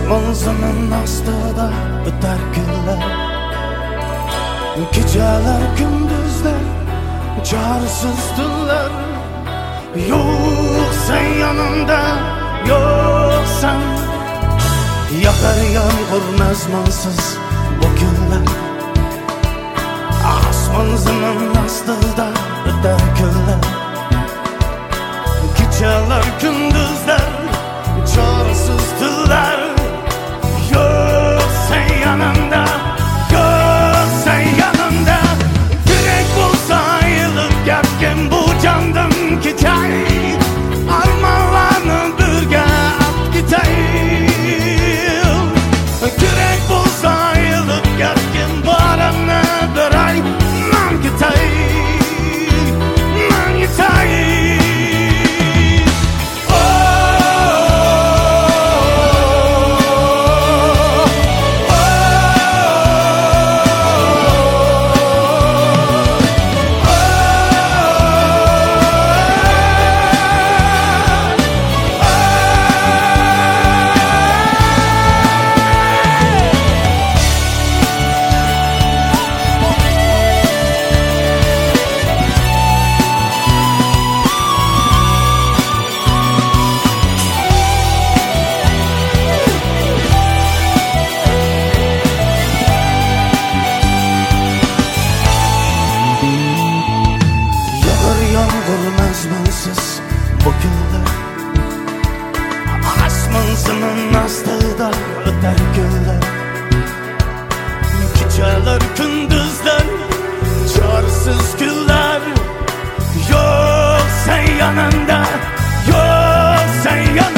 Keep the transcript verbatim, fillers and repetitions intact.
Manzının astında öter günler, geceler gündüzler, çaresiz tunlar. Yok sen yanımda, yok sen. Yağar yağmur mezmansız bu günler, asmanzının astında öter günler, geceler gündüzler, çaresiz tunlar. Yok sen yanımda, yok sen yanımda. Yürek bulsa ayılıp gitken bu candım kitay, armalarını birge at gitayım. Yürek bulsa ayılıp gitken barını bir ay, man gitay, man gitay. Mezmansız bu günler, asmansının astında öter günler, geceler gündüzler, çaresiz günler. Yok sen yanımda, yok sen yanımda.